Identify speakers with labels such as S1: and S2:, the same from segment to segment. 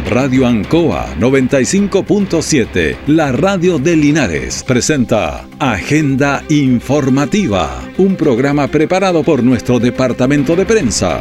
S1: Radio Ancoa 95.7, la radio de Linares, presenta Agenda Informativa, un programa preparado por nuestro departamento de prensa.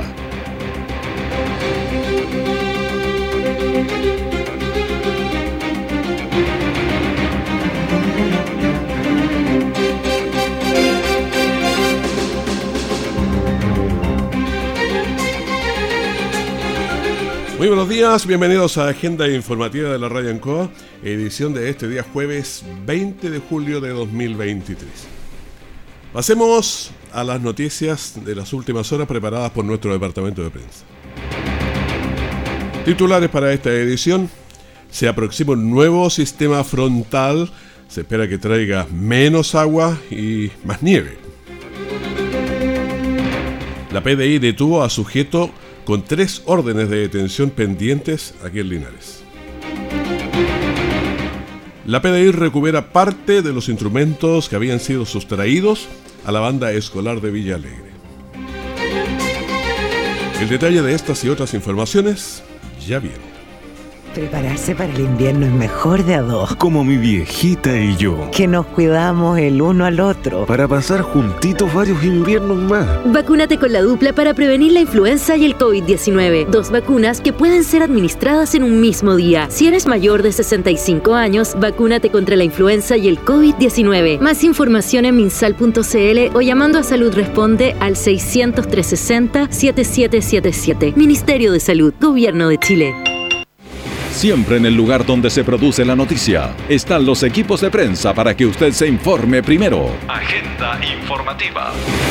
S2: Muy buenos días, bienvenidos a Agenda Informativa de la Radio Ancoa, edición de este día jueves 20 de julio de 2023. Pasemos a las noticias de las últimas horas preparadas por nuestro departamento de prensa. Titulares para esta edición: se aproxima un nuevo sistema frontal, se espera que traiga menos agua y más nieve. La PDI detuvo a sujeto con 3 órdenes de detención pendientes aquí en Linares. La PDI recupera parte de los instrumentos que habían sido sustraídos a la banda escolar de Villa Alegre. El detalle de estas y otras informaciones ya viene.
S3: Prepararse para el invierno es mejor de a dos.
S4: Como mi viejita y yo,
S3: Que nos cuidamos el uno al otro.
S4: para pasar juntitos varios inviernos más.
S5: Vacúnate con la dupla para prevenir la influenza y el COVID-19. 2 vacunas que pueden ser administradas en un mismo día. Si eres mayor de 65 años, vacúnate contra la influenza y el COVID-19. Más información en minsal.cl o llamando a Salud Responde al 600-360-7777. Ministerio de Salud, Gobierno de Chile.
S1: Siempre en el lugar donde se produce la noticia están los equipos de prensa para que usted se informe primero. Agenda Informativa.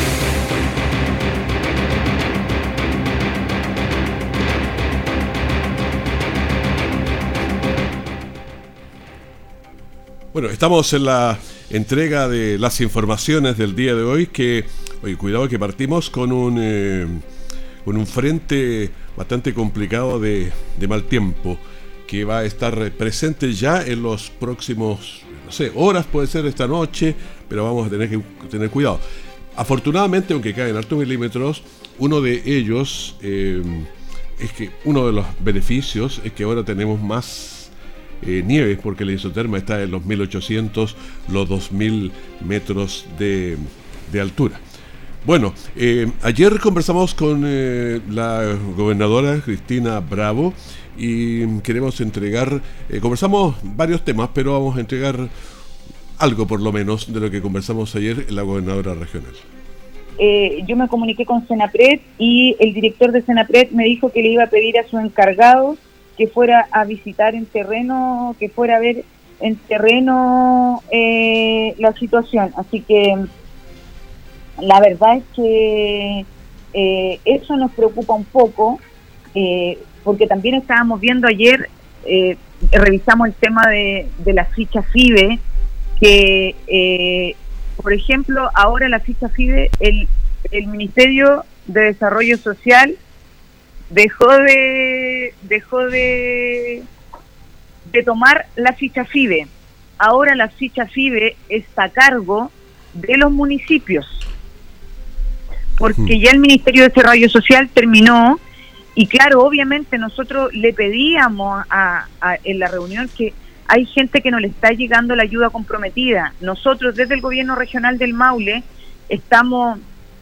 S2: Bueno, estamos en la entrega de las informaciones del día de hoy, cuidado que partimos con un frente bastante complicado de mal tiempo, que va a estar presente ya en los próximos, horas, puede ser esta noche, pero vamos a tener que tener cuidado. Afortunadamente, aunque caen hartos milímetros, uno de ellos es que uno de los beneficios es que ahora tenemos más nieve, porque la isoterma está en los 1800, los 2000 metros de altura. Bueno, ayer conversamos con la gobernadora Cristina Bravo y queremos entregar, conversamos varios temas, pero vamos a entregar algo por lo menos de lo que conversamos ayer en la gobernadora regional.
S6: Yo me comuniqué con Senapred y el director de Senapred me dijo que le iba a pedir a su encargado que fuera a visitar en terreno, que fuera a ver en terreno la situación. Así que la verdad es que eso nos preocupa un poco, porque también estábamos viendo ayer, revisamos el tema de la ficha FIBE, que por ejemplo ahora la ficha FIBE, el Ministerio de Desarrollo Social dejó de tomar la ficha FIBE. Ahora la ficha FIBE está a cargo de los municipios, porque ya el Ministerio de Desarrollo Social terminó. Y claro, obviamente nosotros le pedíamos en la reunión que hay gente que no le está llegando la ayuda comprometida. Nosotros desde el gobierno regional del Maule estamos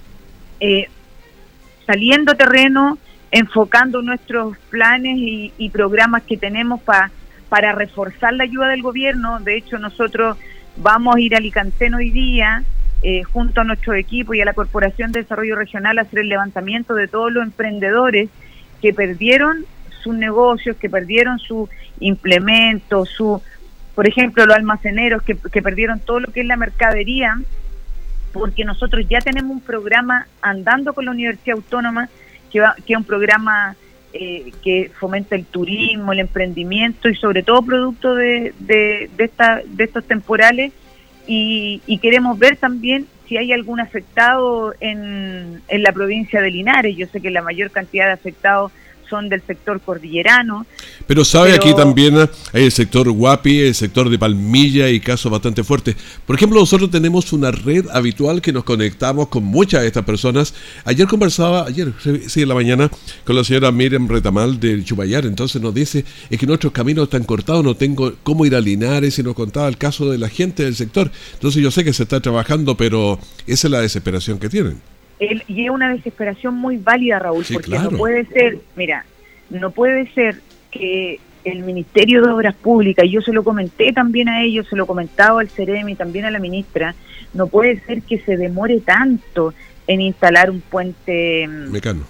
S6: saliendo a terreno, enfocando nuestros planes y programas que tenemos para reforzar la ayuda del gobierno. De hecho, nosotros vamos a ir a Alicantén hoy día, junto a nuestro equipo y a la Corporación de Desarrollo Regional, a hacer el levantamiento de todos los emprendedores que perdieron sus negocios, que perdieron su implemento, por ejemplo, los almaceneros que perdieron todo lo que es la mercadería, porque nosotros ya tenemos un programa andando con la Universidad Autónoma, que es un programa que fomenta el turismo, el emprendimiento y sobre todo producto de estos temporales, y queremos ver también si hay algún afectado en la provincia de Linares. Yo sé que la mayor cantidad de afectados son del sector cordillerano.
S2: Pero aquí también hay el sector Guapi, el sector de Palmilla y casos bastante fuertes. Por ejemplo, nosotros tenemos una red habitual que nos conectamos con muchas de estas personas. Ayer en la mañana, con la señora Miriam Retamal del Chupayar. Entonces nos dice, es que nuestros caminos están cortados, no tengo cómo ir a Linares, y nos contaba el caso de la gente del sector. Entonces yo sé que se está trabajando, pero esa es la desesperación que tienen.
S6: Y es una desesperación muy válida, Raúl,
S2: sí,
S6: porque
S2: claro.
S6: no puede ser que el Ministerio de Obras Públicas, y yo se lo comenté también a ellos, se lo comentaba al Ceremi, también a la ministra, no puede ser que se demore tanto en instalar un puente mecano.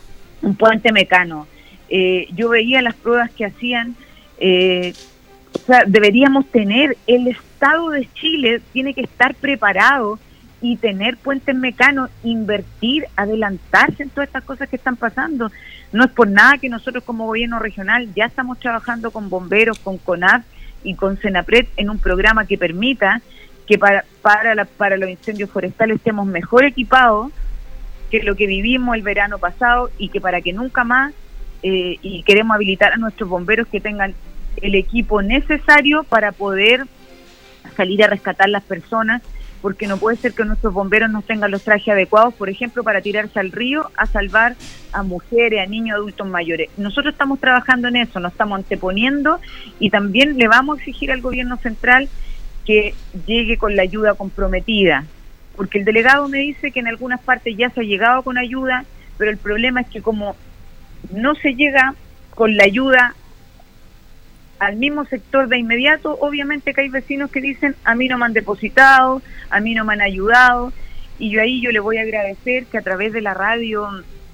S6: Yo veía las pruebas que hacían, deberíamos tener, el Estado de Chile tiene que estar preparado y tener puentes mecanos, invertir, adelantarse en todas estas cosas que están pasando. No es por nada que nosotros como gobierno regional ya estamos trabajando con bomberos, con CONAF y con Senapred en un programa que permita que para los incendios forestales estemos mejor equipados que lo que vivimos el verano pasado, y que para que nunca más, y queremos habilitar a nuestros bomberos que tengan el equipo necesario para poder salir a rescatar las personas, porque no puede ser que nuestros bomberos no tengan los trajes adecuados, por ejemplo, para tirarse al río a salvar a mujeres, a niños, adultos mayores. Nosotros estamos trabajando en eso, nos estamos anteponiendo, y también le vamos a exigir al gobierno central que llegue con la ayuda comprometida, porque el delegado me dice que en algunas partes ya se ha llegado con ayuda, pero el problema es que como no se llega con la ayuda al mismo sector de inmediato, obviamente que hay vecinos que dicen, a mí no me han depositado, a mí no me han ayudado, y yo le voy a agradecer que a través de la radio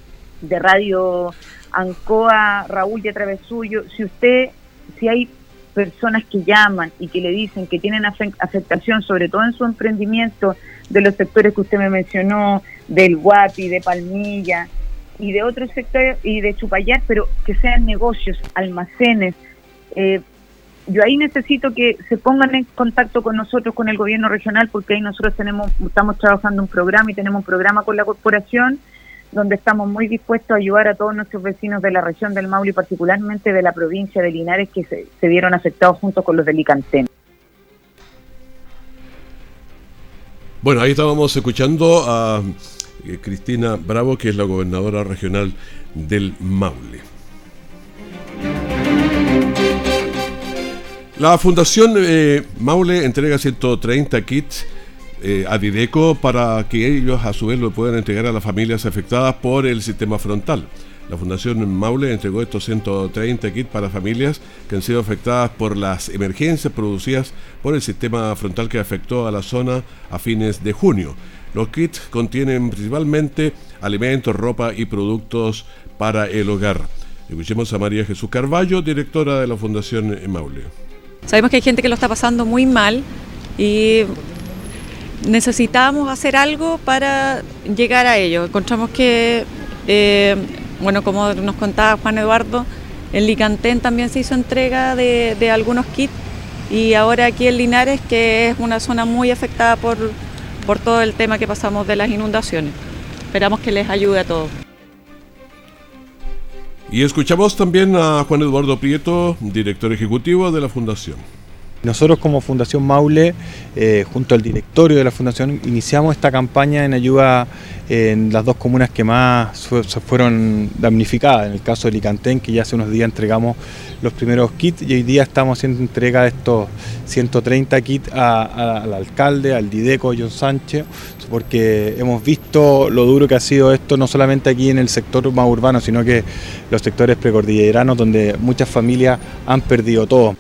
S6: Ancoa, Raúl, y a través suyo, si hay personas que llaman y que le dicen que tienen afectación, sobre todo en su emprendimiento, de los sectores que usted me mencionó, del Guapi, de Palmilla y de otros sectores, y de Chupayar, pero que sean negocios, almacenes. Yo ahí necesito que se pongan en contacto con nosotros, con el gobierno regional, porque ahí nosotros estamos trabajando un programa, y tenemos un programa con la corporación donde estamos muy dispuestos a ayudar a todos nuestros vecinos de la región del Maule y particularmente de la provincia de Linares, que se vieron afectados junto con los de Licantén.
S2: Bueno, ahí estábamos escuchando a Cristina Bravo, que es la gobernadora regional del Maule. La Fundación Maule entrega 130 kits a Dideco para que ellos a su vez lo puedan entregar a las familias afectadas por el sistema frontal. La Fundación Maule entregó estos 130 kits para familias que han sido afectadas por las emergencias producidas por el sistema frontal que afectó a la zona a fines de junio. Los kits contienen principalmente alimentos, ropa y productos para el hogar. Escuchemos a María Jesús Carballo, directora de la Fundación Maule.
S7: Sabemos que hay gente que lo está pasando muy mal y necesitamos hacer algo para llegar a ello. Encontramos que, como nos contaba Juan Eduardo, en Licantén también se hizo entrega de algunos kits, y ahora aquí en Linares, que es una zona muy afectada por todo el tema que pasamos de las inundaciones. Esperamos que les ayude a todos.
S2: Y escuchamos también a Juan Eduardo Prieto, director ejecutivo de la Fundación.
S8: Nosotros como Fundación Maule, junto al directorio de la Fundación, iniciamos esta campaña en ayuda en las dos comunas que más se fueron damnificadas. En el caso de Licantén, que ya hace unos días entregamos los primeros kits, y hoy día estamos haciendo entrega de estos 130 kits al alcalde, al Dideco, John Sánchez, porque hemos visto lo duro que ha sido esto, no solamente aquí en el sector más urbano, sino que los sectores precordilleranos, donde muchas familias han perdido todo.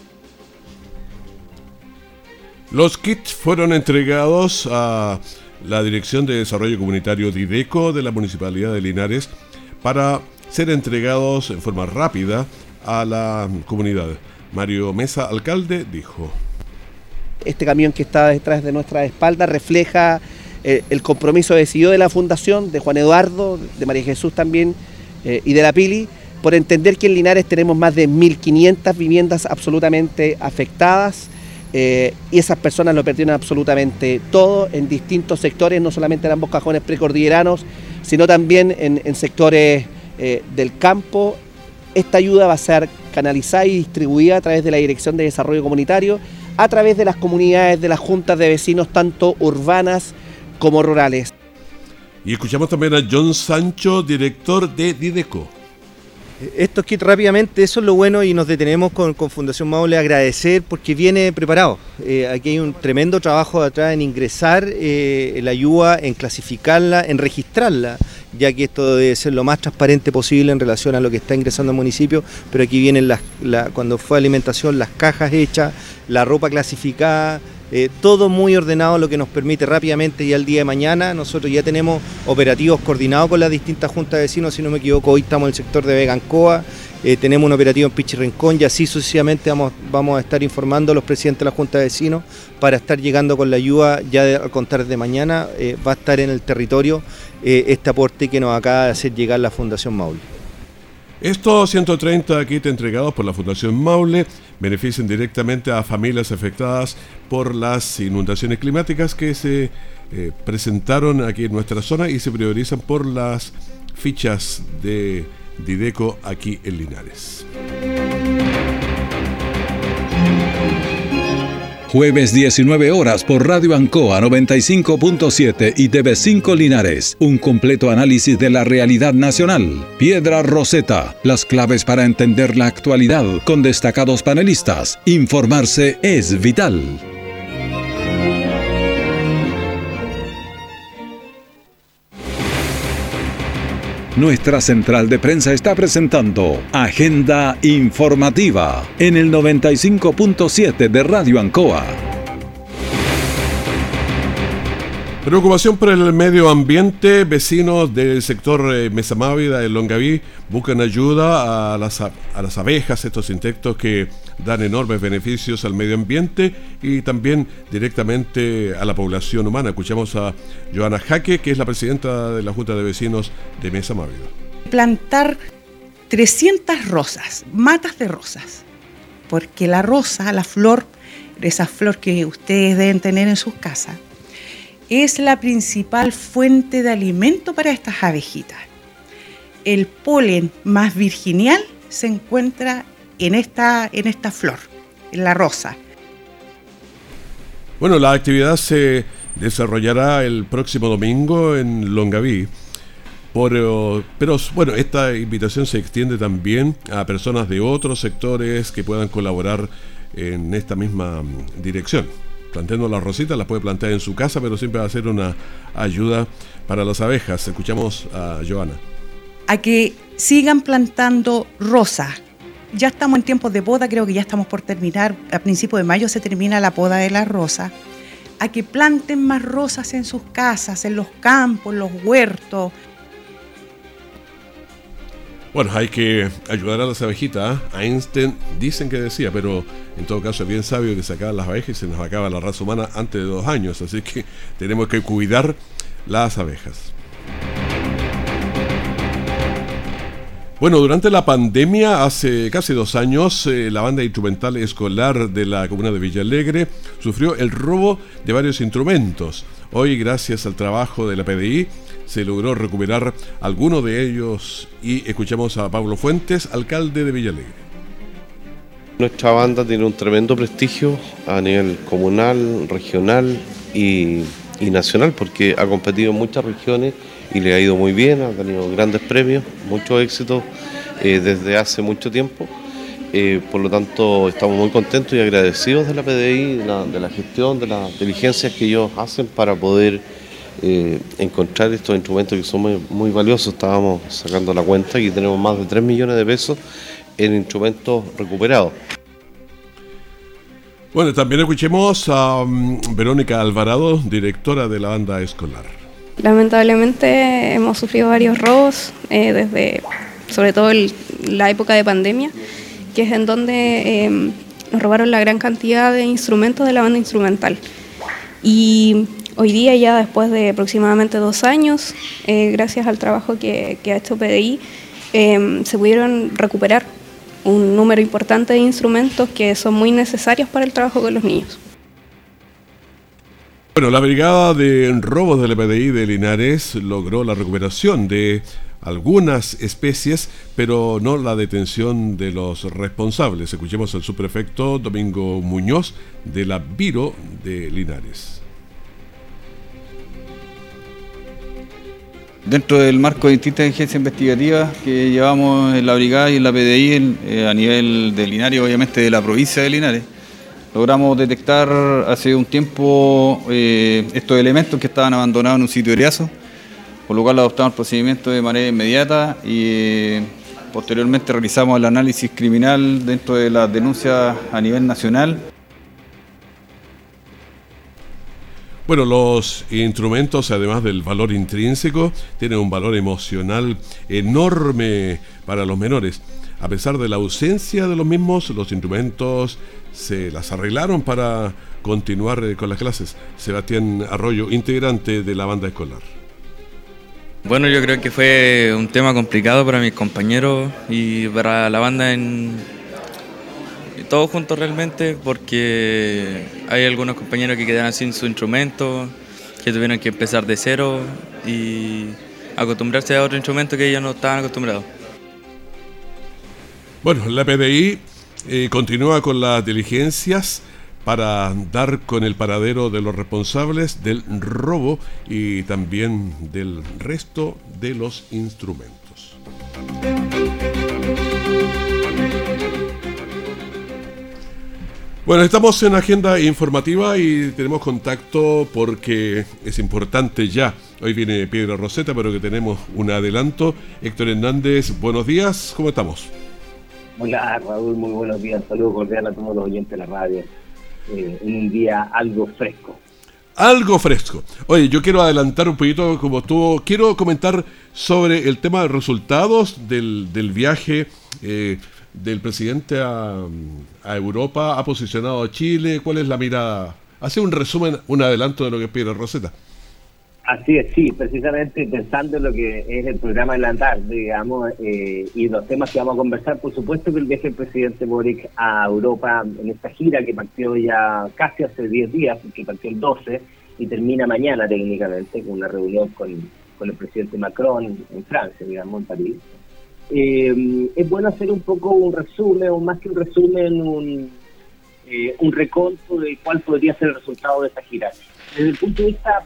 S2: Los kits fueron entregados a la Dirección de Desarrollo Comunitario Dideco de la Municipalidad de Linares para ser entregados en forma rápida a la comunidad. Mario Mesa, alcalde, dijo:
S9: este camión que está detrás de nuestra espalda refleja el compromiso decidido de la Fundación, de Juan Eduardo, de María Jesús también, y de la Pili, por entender que en Linares tenemos más de 1.500 viviendas absolutamente afectadas. Y esas personas lo perdieron absolutamente todo en distintos sectores, no solamente en ambos cajones precordilleranos, sino también en sectores del campo Esta ayuda va a ser canalizada y distribuida a través de la Dirección de Desarrollo Comunitario, a través de las comunidades de las juntas de vecinos, tanto urbanas como rurales.
S2: Y escuchamos también a John Sancho, director de Dideco.
S10: Estos kits rápidamente, eso es lo bueno, y nos detenemos con Fundación Maule a agradecer porque viene preparado. Aquí hay un tremendo trabajo atrás en ingresar la ayuda, en clasificarla, en registrarla, ya que esto debe ser lo más transparente posible en relación a lo que está ingresando al municipio, pero aquí vienen cuando fue alimentación, las cajas hechas, la ropa clasificada, todo muy ordenado, lo que nos permite rápidamente, y al día de mañana nosotros ya tenemos operativos coordinados con las distintas juntas de vecinos. Si no me equivoco, hoy estamos en el sector de Vega Ancoa, tenemos un operativo en Pichirrincón, y así sucesivamente vamos a estar informando a los presidentes de la junta de vecinos para estar llegando con la ayuda. Ya a contar de mañana va a estar en el territorio este aporte que nos acaba de hacer llegar la Fundación Maule.
S2: Estos 130 kits entregados por la Fundación Maule benefician directamente a familias afectadas por las inundaciones climáticas que se presentaron aquí en nuestra zona y se priorizan por las fichas de Dideco aquí en Linares.
S1: Jueves 19 horas por Radio Ancoa 95.7 y TV5 Linares. Un completo análisis de la realidad nacional. Piedra Roseta. Las claves para entender la actualidad con destacados panelistas. Informarse es vital. Nuestra central de prensa está presentando Agenda Informativa en el 95.7 de Radio Ancoa.
S2: Preocupación por el medio ambiente. Vecinos del sector Mesamávida de Longaví buscan ayuda a las abejas, estos insectos que dan enormes beneficios al medio ambiente y también directamente a la población humana. Escuchamos a Joana Jaque, que es la presidenta de la Junta de Vecinos de Mesamávida.
S11: Plantar 300 rosas, matas de rosas, porque la rosa, la flor, esa flor que ustedes deben tener en sus casas, es la principal fuente de alimento para estas abejitas. El polen más virginal se encuentra en esta flor, en la rosa.
S2: Bueno, la actividad se desarrollará el próximo domingo en Longaví. Pero bueno, esta invitación se extiende también a personas de otros sectores que puedan colaborar en esta misma dirección. Planteando las rositas, las puede plantear en su casa, pero siempre va a ser una ayuda para las abejas. Escuchamos a Joana.
S11: A que sigan plantando rosa. Ya estamos en tiempos de poda, creo que ya estamos por terminar. A principios de mayo se termina la poda de la rosa. A que planten más rosas en sus casas, en los campos, en los huertos.
S2: Bueno, hay que ayudar a las abejitas. Einstein dicen que decía, pero en todo caso es bien sabio que se acaban las abejas y se nos acaba la raza humana antes de 2 años. Así que tenemos que cuidar las abejas. Bueno, durante la pandemia, hace casi 2 años, la banda instrumental escolar de la comuna de Villa Alegre sufrió el robo de varios instrumentos. Hoy, gracias al trabajo de la PDI, se logró recuperar algunos de ellos y escuchamos a Pablo Fuentes, alcalde de Villa Alegre.
S12: Nuestra banda tiene un tremendo prestigio a nivel comunal, regional y nacional, porque ha competido en muchas regiones y le ha ido muy bien, ha tenido grandes premios, muchos éxitos desde hace mucho tiempo. Por lo tanto, estamos muy contentos y agradecidos de la PDI, de la gestión, de las diligencias que ellos hacen para poder encontrar estos instrumentos que son muy, muy valiosos. Estábamos sacando la cuenta y tenemos más de 3 millones de pesos en instrumentos recuperados.
S2: Bueno, también escuchemos a Verónica Alvarado, directora de la banda escolar.
S13: Lamentablemente hemos sufrido varios robos, desde sobre todo la época de pandemia, que es en donde nos robaron la gran cantidad de instrumentos de la banda instrumental. Y hoy día, ya después de aproximadamente 2 años, gracias al trabajo que ha hecho PDI, se pudieron recuperar un número importante de instrumentos que son muy necesarios para el trabajo con los niños.
S2: Bueno, la brigada de robos de la PDI de Linares logró la recuperación de algunas especies, pero no la detención de los responsables. Escuchemos al subprefecto Domingo Muñoz de la Viro de Linares.
S14: Dentro del marco de distintas agencias investigativas que llevamos en la Brigada y en la PDI a nivel de Linares, obviamente de la provincia de Linares, logramos detectar hace un tiempo estos elementos que estaban abandonados en un sitio de Riazo, por lo cual adoptamos el procedimiento de manera inmediata y posteriormente realizamos el análisis criminal dentro de las denuncias a nivel nacional.
S2: Bueno, los instrumentos, además del valor intrínseco, tienen un valor emocional enorme para los menores. A pesar de la ausencia de los mismos, los instrumentos se las arreglaron para continuar con las clases. Sebastián Arroyo, integrante de la banda escolar.
S15: Bueno, yo creo que fue un tema complicado para mis compañeros y para la banda todos juntos realmente, porque hay algunos compañeros que quedaron sin su instrumento, que tuvieron que empezar de cero y acostumbrarse a otro instrumento que ellos no estaban acostumbrados.
S2: Bueno, la PDI continúa con las diligencias para dar con el paradero de los responsables del robo y también del resto de los instrumentos. Bueno, estamos en agenda informativa y tenemos contacto porque es importante ya. Hoy viene Piedra Roseta, pero que tenemos un adelanto. Héctor Hernández, buenos días, ¿cómo estamos?
S16: Hola Raúl, muy buenos días, saludos cordiales a todos los oyentes de la radio. En un día algo fresco.
S2: Algo fresco. Oye, yo quiero adelantar un poquito como estuvo. Quiero comentar sobre el tema de resultados del viaje del presidente a Europa. Ha posicionado a Chile. ¿Cuál es la mirada? Hace un resumen, un adelanto de lo que es Piedra Roseta.
S16: Así es, sí, precisamente pensando en lo que es el programa de la tarde, digamos, y los temas que vamos a conversar, por supuesto que el viaje del presidente Boric a Europa en esta gira que partió ya casi hace 10 días, porque partió el 12 y termina mañana técnicamente con una reunión con el presidente Macron en Francia, digamos, en París. Es bueno hacer un poco un resumen, o más que un resumen, un reconto de cuál podría ser el resultado de esta gira. Desde el punto de vista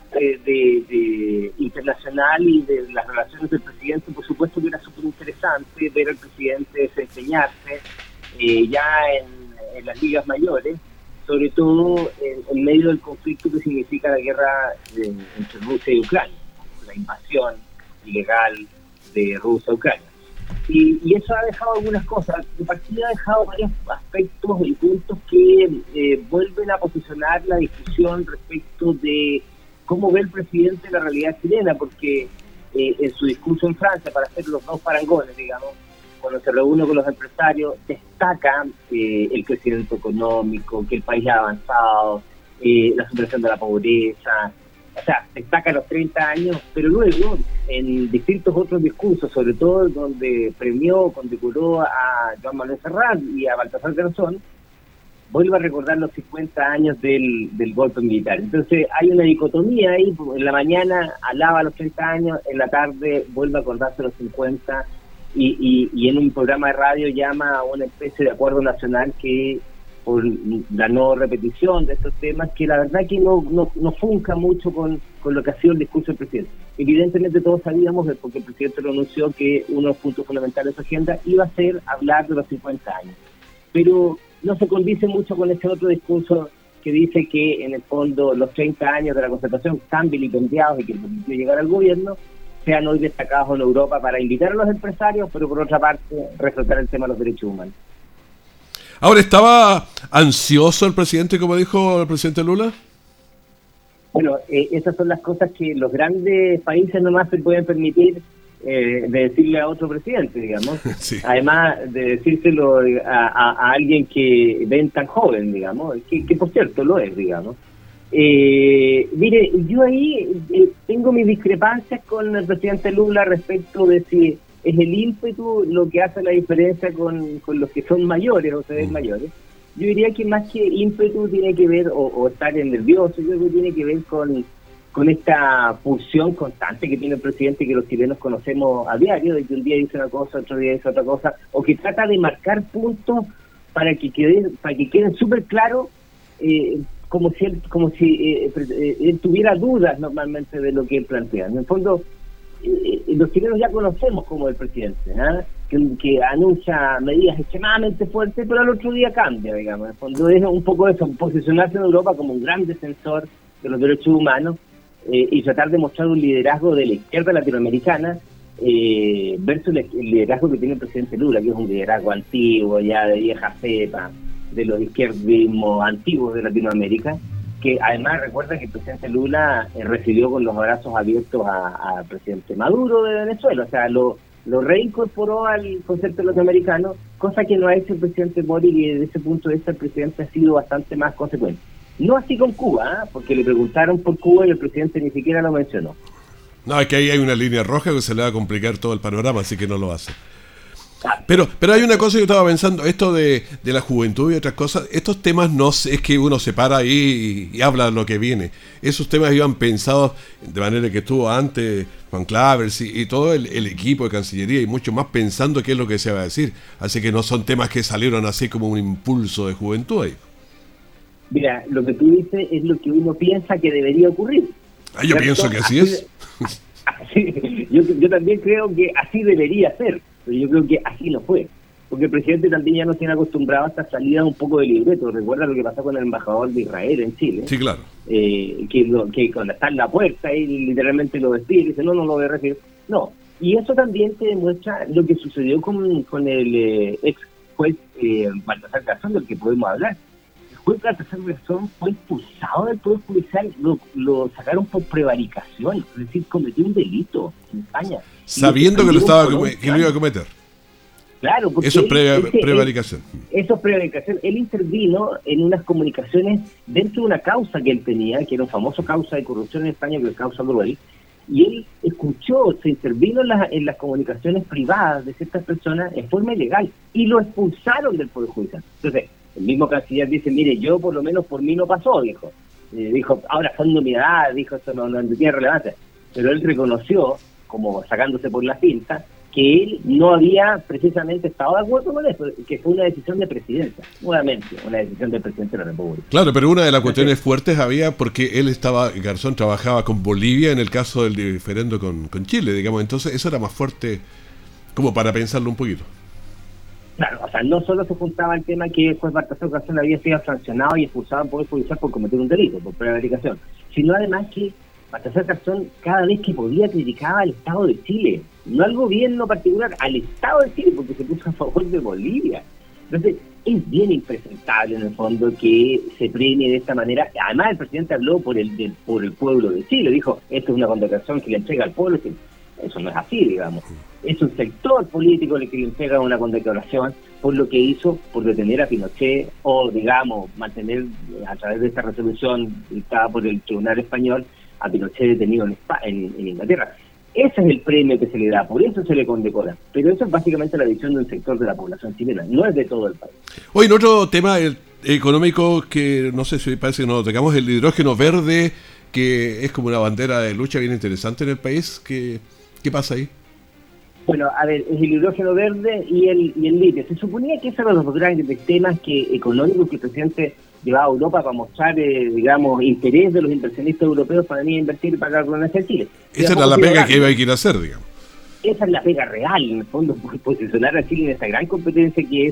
S16: de internacional y de las relaciones del presidente, por supuesto que era súper interesante ver al presidente desempeñarse ya en las ligas mayores, sobre todo en medio del conflicto que significa la guerra entre Rusia y Ucrania, la invasión ilegal de Rusia a Ucrania. Y eso ha dejado algunas cosas. De partida ha dejado varios aspectos y puntos que vuelven a posicionar la discusión respecto de cómo ve el presidente la realidad chilena, porque en su discurso en Francia, para hacer los dos parangones, digamos, cuando se reúne con los empresarios, destaca el crecimiento económico, que el país ha avanzado, la superación de la pobreza. O sea, destaca los 30 años, pero luego, en distintos otros discursos, sobre todo donde premió, condecoró a Joan Manuel Serrat y a Baltasar Garzón, vuelve a recordar los 50 años del golpe militar. Entonces, hay una dicotomía ahí, en la mañana alaba los 30 años, en la tarde vuelve a acordarse los 50, y en un programa de radio llama a una especie de acuerdo nacional que, por la no repetición de estos temas, que la verdad que no funca mucho con lo que ha sido el discurso del presidente. Evidentemente todos sabíamos, porque el presidente lo anunció, que uno de los puntos fundamentales de su agenda iba a ser hablar de los 50 años. Pero no se condice mucho con ese otro discurso que dice que en el fondo los 30 años de la Concertación están vilipendiados y que permitió llegar al gobierno sean hoy destacados en Europa para invitar a los empresarios, pero por otra parte reflotar el tema de los derechos humanos.
S2: Ahora, ¿estaba ansioso el presidente, como dijo el presidente Lula?
S16: Bueno, esas son las cosas que los grandes países nomás se pueden permitir de decirle a otro presidente, digamos. Sí. Además de decírselo a alguien que ven tan joven, digamos, que por cierto lo es, digamos. Mire, yo ahí tengo mis discrepancias con el presidente Lula respecto de si es el ímpetu lo que hace la diferencia con los que son mayores o se ven mayores. Yo diría que más que ímpetu tiene que ver, o estar nervioso, yo creo que tiene que ver con con esta pulsión constante que tiene el presidente, que los chilenos conocemos a diario, de que un día dice una cosa, otro día dice otra cosa, o que trata de marcar puntos para que queden súper claros, como si él tuviera dudas normalmente de lo que él plantea. En el fondo, los chilenos ya conocemos como el presidente, que anuncia medidas extremadamente fuertes, pero al otro día cambia, digamos. En el fondo es un poco eso, posicionarse en Europa como un gran defensor de los derechos humanos, y tratar de mostrar un liderazgo de la izquierda latinoamericana versus el liderazgo que tiene el presidente Lula, que es un liderazgo antiguo, ya de vieja cepa, de los izquierdismos antiguos de Latinoamérica, que además recuerda que el presidente Lula recibió con los brazos abiertos al presidente Maduro de Venezuela, o sea, lo reincorporó al concepto latinoamericano, cosa que no ha hecho el presidente Boric, y desde ese punto de vista el presidente ha sido bastante más consecuente. No así con Cuba, porque le preguntaron por Cuba y el presidente ni siquiera lo mencionó.
S2: No, es que ahí hay una línea roja que se le va a complicar todo el panorama, así que no lo hace. Pero hay una cosa que yo estaba pensando, esto de la juventud y otras cosas, estos temas no es que uno se para ahí y habla de lo que viene. Esos temas iban pensados de manera que estuvo antes Juan Clavers y todo el equipo de Cancillería y mucho más pensando qué es lo que se va a decir. Así que no son temas que salieron así como un impulso de juventud ahí.
S16: Mira, lo que tú dices es lo que uno piensa que debería ocurrir.
S2: Yo pienso que así es.
S16: Yo también creo que así debería ser, pero yo creo que así no fue. Porque el presidente también ya nos tiene acostumbrado a esta salida un poco de libreto. Recuerda lo que pasó con el embajador de Israel en Chile.
S2: Sí, claro.
S16: Que cuando está en la puerta y literalmente lo despide y dice, no lo voy a recibir. No. Y eso también te demuestra lo que sucedió con el ex juez Baltasar Garzón, del que podemos hablar. El juez Baltasar Garzón fue expulsado del Poder Judicial, lo sacaron por prevaricación, es decir, cometió un delito en España.
S2: Sabiendo que lo iba a cometer.
S16: Claro, porque
S2: eso es prevaricación.
S16: Eso es prevaricación. Él intervino en unas comunicaciones dentro de una causa que él tenía, que era un famoso causa de corrupción en España, que es el causa Global, y él se intervino en las comunicaciones privadas de ciertas personas en forma ilegal, y lo expulsaron del Poder Judicial. Entonces, el mismo canciller dice, mire, yo por lo menos por mí no pasó, dijo, ahora son nominadas, dijo, eso no tiene relevancia, pero él reconoció, como sacándose por la cinta, que él no había precisamente estado de acuerdo con eso, que fue una decisión de presidencia, nuevamente, una decisión del presidente de la República.
S2: Claro, pero una de las cuestiones fuertes había porque Garzón trabajaba con Bolivia en el caso del diferendo con Chile, digamos, entonces eso era más fuerte como para pensarlo un poquito.
S16: Claro, o sea, no solo se juntaba el tema que el juez Baltasar Garzón había sido sancionado y expulsado en Poder Judicial por cometer un delito, por prevaricación, sino además que Baltasar Garzón cada vez que podía criticaba al Estado de Chile, no al gobierno particular, al Estado de Chile, porque se puso a favor de Bolivia. Entonces, es bien impresentable en el fondo que se premie de esta manera. Además, el presidente habló por el pueblo de Chile, dijo, esto es una condecoración que le entrega al pueblo. Eso no es así, digamos. Es un sector político el que le entrega una condecoración por lo que hizo, por detener a Pinochet, o, digamos, mantener a través de esta resolución dictada por el Tribunal Español a Pinochet detenido en Inglaterra. Ese es el premio que se le da, por eso se le condecora. Pero eso es básicamente la visión de un sector de la población chilena, no es de todo el país.
S2: Hoy, en otro tema económico que no sé si parece que nos tocamos, el hidrógeno verde, que es como una bandera de lucha bien interesante en el país. ¿Qué pasa ahí?
S16: Bueno, a ver, es el hidrógeno verde y el litio. Se suponía que esos eran los dos grandes temas económicos que el presidente llevaba a Europa para mostrar, digamos, interés de los inversionistas europeos para venir a invertir y pagar con en Chile.
S2: Esa era la pega que iba a ir a hacer, digamos.
S16: Esa es la pega real, en el fondo, posicionar a Chile en esta gran competencia que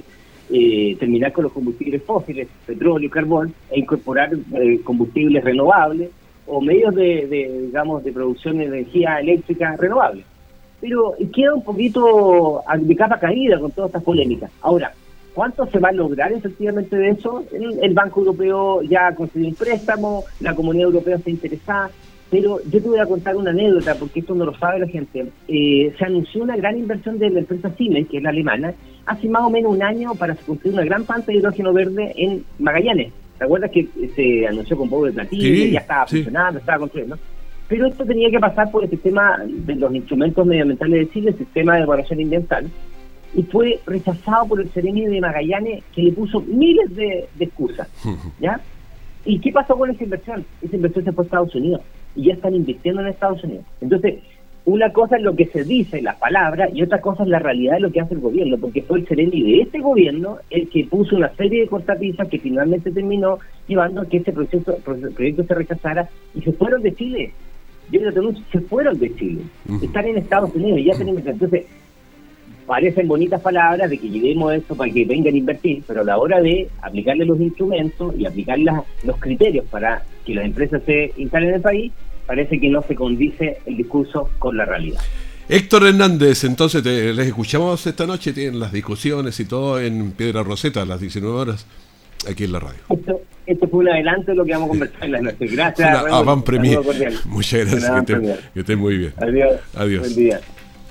S16: es terminar con los combustibles fósiles, petróleo, carbón, e incorporar combustibles renovables o medios digamos, de producción de energía eléctrica renovable. Pero queda un poquito de capa caída con todas estas polémicas. Ahora, ¿cuánto se va a lograr efectivamente de eso? El Banco Europeo ya ha concedido un préstamo, la Comunidad Europea está interesada, pero yo te voy a contar una anécdota, porque esto no lo sabe la gente. Se anunció una gran inversión de la empresa Siemens, que es la alemana, hace más o menos un año para construir una gran planta de hidrógeno verde en Magallanes. ¿Te acuerdas que se anunció con Pablo de Platino? Sí, ya estaba funcionando, estaba construyendo. Pero esto tenía que pasar por el sistema de los instrumentos medioambientales de Chile, el sistema de evaluación ambiental, y fue rechazado por el Ceremi de Magallanes, que le puso miles de excusas, ¿ya? ¿Y qué pasó con esa inversión? Esa inversión se fue a Estados Unidos. y ya están invirtiendo en Estados Unidos. Entonces, una cosa es lo que se dice, las palabras, y otra cosa es la realidad de lo que hace el gobierno, porque fue el Ceremi de este gobierno el que puso una serie de cortapisas que finalmente terminó llevando a que este proyecto se rechazara y se fueron de Chile. Yo les denuncio, se fueron de Chile. Están en Estados Unidos y ya tenemos. Entonces, parecen bonitas palabras de que llevemos esto para que vengan a invertir, pero a la hora de aplicarle los instrumentos y aplicar los criterios para que las empresas se instalen en el país, parece que no se condice el discurso con la realidad.
S2: Héctor Hernández, entonces les escuchamos esta noche, tienen las discusiones y todo en Piedra Roseta a las 19 horas, aquí en la radio.
S16: Esto fue un adelanto de lo que vamos a conversar en la noche. Gracias.
S2: Avant premier. Muchas gracias, que estén muy bien. Adiós.
S16: Buen día.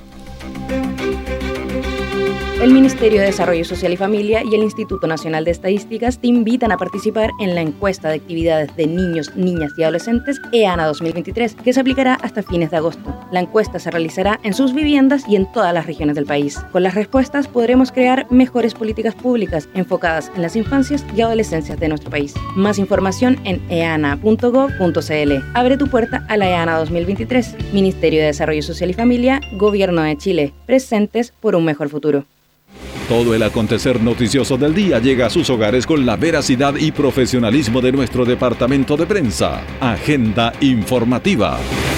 S17: El Ministerio de Desarrollo Social y Familia y el Instituto Nacional de Estadísticas te invitan a participar en la encuesta de actividades de niños, niñas y adolescentes EANA 2023, que se aplicará hasta fines de agosto. La encuesta se realizará en sus viviendas y en todas las regiones del país. Con las respuestas podremos crear mejores políticas públicas enfocadas en las infancias y adolescencias de nuestro país. Más información en eana.gov.cl. Abre tu puerta a la EANA 2023. Ministerio de Desarrollo Social y Familia, Gobierno de Chile. Presentes por un mejor futuro.
S1: Todo el acontecer noticioso del día llega a sus hogares con la veracidad y profesionalismo de nuestro departamento de prensa. Agenda informativa.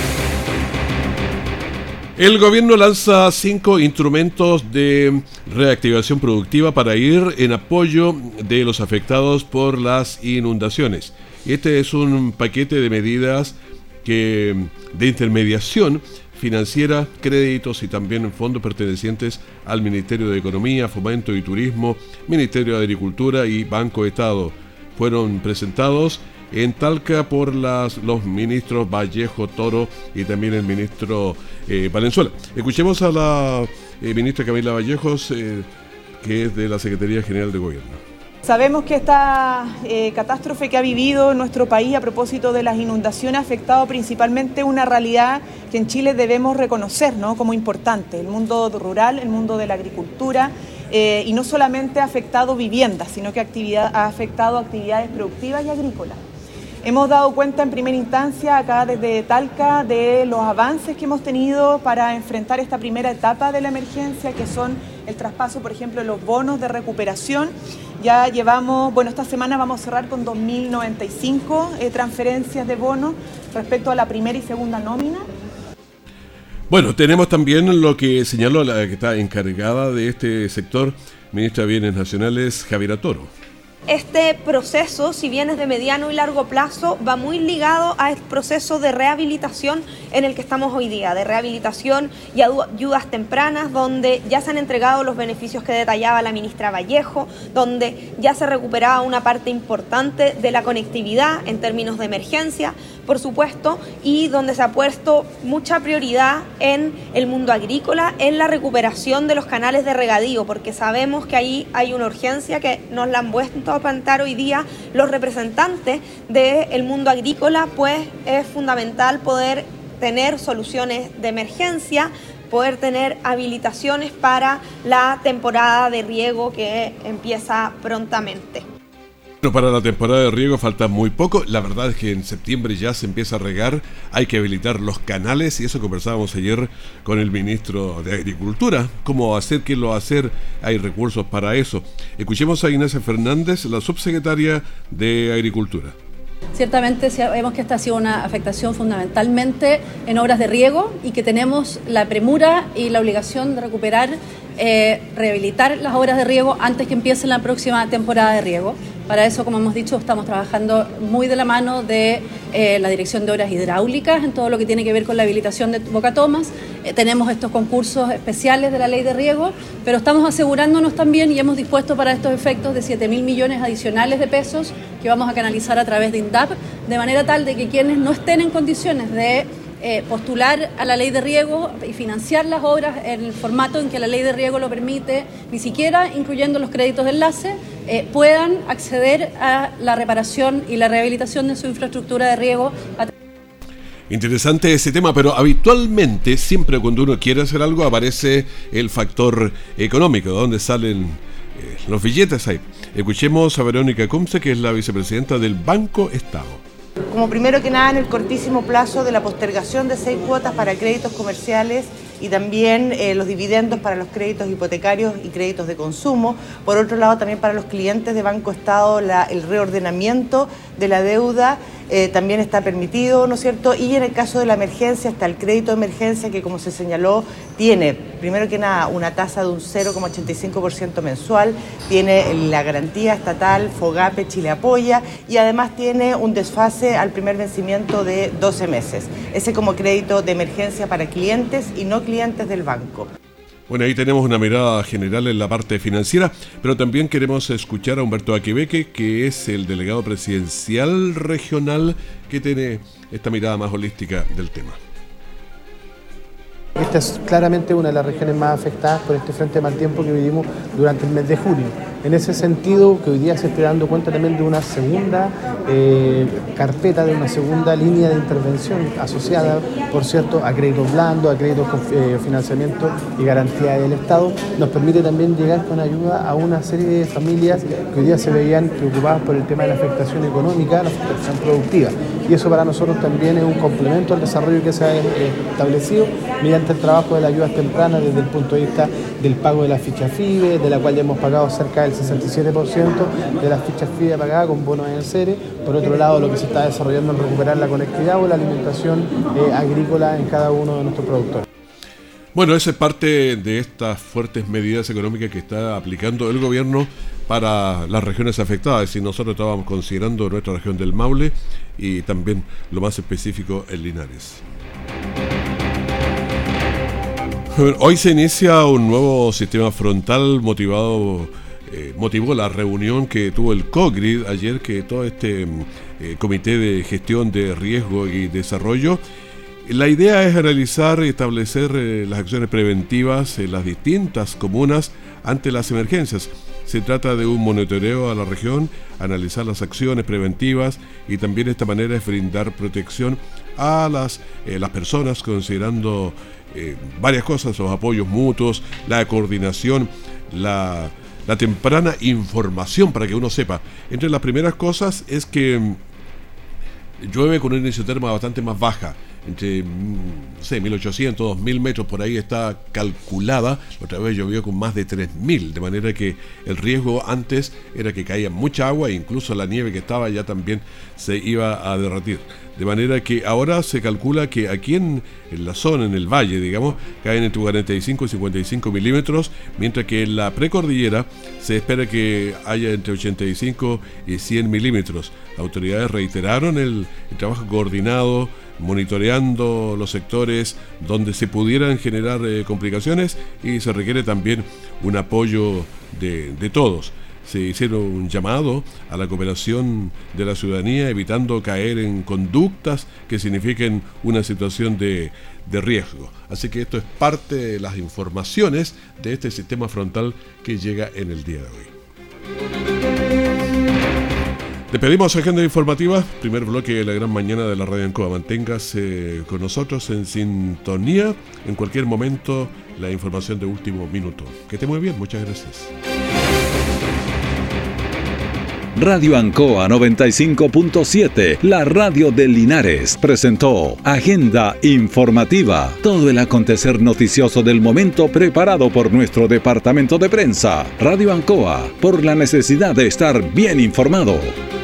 S2: El gobierno lanza 5 instrumentos de reactivación productiva para ir en apoyo de los afectados por las inundaciones. Este es un paquete de medidas de intermediación financiera, créditos y también fondos pertenecientes al Ministerio de Economía, Fomento y Turismo, Ministerio de Agricultura y Banco de Estado. Fueron presentados en Talca por los ministros Vallejo, Toro y también el ministro Valenzuela. Escuchemos a la ministra Camila Vallejos, que es de la Secretaría General de Gobierno.
S18: Sabemos que esta catástrofe que ha vivido nuestro país a propósito de las inundaciones ha afectado principalmente una realidad que en Chile debemos reconocer, ¿no?, como importante, el mundo rural, el mundo de la agricultura, y no solamente ha afectado viviendas, sino que ha afectado actividades productivas y agrícolas. Hemos dado cuenta en primera instancia acá desde Talca de los avances que hemos tenido para enfrentar esta primera etapa de la emergencia, que son el traspaso, por ejemplo, de los bonos de recuperación. Ya llevamos, esta semana vamos a cerrar con 2.095 transferencias de bonos respecto a la primera y segunda nómina.
S2: Bueno, tenemos también lo que señaló la que está encargada de este sector, ministra de Bienes Nacionales, Javiera Toro.
S19: Este proceso, si bien es de mediano y largo plazo, va muy ligado al proceso de rehabilitación en el que estamos hoy día, de rehabilitación y ayudas tempranas, donde ya se han entregado los beneficios que detallaba la ministra Vallejo, donde ya se recuperaba una parte importante de la conectividad en términos de emergencia, por supuesto, y donde se ha puesto mucha prioridad en el mundo agrícola, en la recuperación de los canales de regadío, porque sabemos que ahí hay una urgencia que nos la han puesto a plantear hoy día los representantes del mundo agrícola, pues es fundamental poder tener soluciones de emergencia, poder tener habilitaciones para la temporada de riego que empieza prontamente.
S2: Bueno, para la temporada de riego falta muy poco. La verdad es que en septiembre ya se empieza a regar. Hay que habilitar los canales y eso conversábamos ayer con el ministro de Agricultura. ¿Cómo hacer? ¿Qué lo va a hacer? Hay recursos para eso. Escuchemos a Ignacia Fernández, la subsecretaria de Agricultura.
S20: Ciertamente sabemos que esta ha sido una afectación fundamentalmente en obras de riego y que tenemos la premura y la obligación de recuperar, rehabilitar las obras de riego antes que empiece la próxima temporada de riego. Para eso, como hemos dicho, estamos trabajando muy de la mano de la Dirección de Obras Hidráulicas en todo lo que tiene que ver con la habilitación de bocatomas. Tenemos estos concursos especiales de la Ley de Riego, pero estamos asegurándonos también y hemos dispuesto para estos efectos de 7.000 millones adicionales de pesos que vamos a canalizar a través de INDAP, de manera tal de que quienes no estén en condiciones de postular a la Ley de Riego y financiar las obras en el formato en que la Ley de Riego lo permite, ni siquiera incluyendo los créditos de enlace, puedan acceder a la reparación y la rehabilitación de su infraestructura de riego.
S2: Interesante ese tema, pero habitualmente, siempre cuando uno quiere hacer algo, aparece el factor económico, donde salen los billetes ahí. Escuchemos a Verónica Comce, que es la vicepresidenta del Banco Estado.
S21: Como primero que nada, en el cortísimo plazo de la postergación de 6 cuotas para créditos comerciales y también los dividendos para los créditos hipotecarios y créditos de consumo. Por otro lado, también para los clientes de Banco Estado, el reordenamiento de la deuda también está permitido, ¿no es cierto? Y en el caso de la emergencia, está el crédito de emergencia que, como se señaló, tiene, primero que nada, una tasa de un 0,85% mensual, tiene la garantía estatal, FOGAPE, Chile Apoya, y además tiene un desfase al primer vencimiento de 12 meses. Ese como crédito de emergencia para clientes y no clientes del banco.
S2: Bueno, ahí tenemos una mirada general en la parte financiera, pero también queremos escuchar a Humberto Aquebeque, que es el delegado presidencial regional que tiene esta mirada más holística del tema.
S22: Esta es claramente una de las regiones más afectadas por este frente de mal tiempo que vivimos durante el mes de junio. En ese sentido, que hoy día se esté dando cuenta también de una segunda carpeta, de una segunda línea de intervención asociada, por cierto, a créditos blandos, a créditos con financiamiento y garantía del Estado, nos permite también llegar con ayuda a una serie de familias que hoy día se veían preocupadas por el tema de la afectación económica, la afectación productiva. Y eso para nosotros también es un complemento al desarrollo que se ha establecido mediante el trabajo de las ayudas tempranas desde el punto de vista del pago de la ficha FIBE, de la cual ya hemos pagado cerca del 67% de las fichas FIBE pagadas con bonos en serie. Por otro lado, lo que se está desarrollando en recuperar la conectividad o la alimentación agrícola en cada uno de nuestros productores.
S2: Bueno, esa es parte de estas fuertes medidas económicas que está aplicando el gobierno para las regiones afectadas. Es decir, nosotros estábamos considerando nuestra región del Maule y también lo más específico en Linares. Hoy se inicia un nuevo sistema frontal motivó la reunión que tuvo el COGRID ayer, que todo este comité de gestión de riesgo y desarrollo. La idea es realizar y establecer las acciones preventivas en las distintas comunas ante las emergencias. Se trata de un monitoreo a la región, analizar las acciones preventivas y también de esta manera es brindar protección a las personas, considerando varias cosas, los apoyos mutuos, la coordinación, la temprana información para que uno sepa. Entre las primeras cosas es que llueve con un índice de terma bastante más baja, entre 1800, 2000 metros, por ahí está calculada. Otra vez llovió con más de 3000, de manera que el riesgo antes era que caía mucha agua e incluso la nieve que estaba ya también se iba a derretir. De manera que ahora se calcula que aquí en la zona, en el valle, digamos, caen entre 45 y 55 milímetros, mientras que en la precordillera se espera que haya entre 85 y 100 milímetros. Las autoridades reiteraron el trabajo coordinado, monitoreando los sectores donde se pudieran generar complicaciones, y se requiere también un apoyo de todos. Se hicieron un llamado a la cooperación de la ciudadanía, evitando caer en conductas que signifiquen una situación de riesgo. Así que esto es parte de las informaciones de este sistema frontal que llega en el día de hoy. Despedimos Agenda Informativa, primer bloque de la gran mañana de la Radio Ancoa. Manténgase con nosotros en sintonía. En cualquier momento, la información de último minuto. Que esté muy bien, muchas gracias.
S1: Radio Ancoa 95.7, la radio de Linares, presentó Agenda Informativa. Todo el acontecer noticioso del momento preparado por nuestro departamento de prensa. Radio Ancoa, por la necesidad de estar bien informado.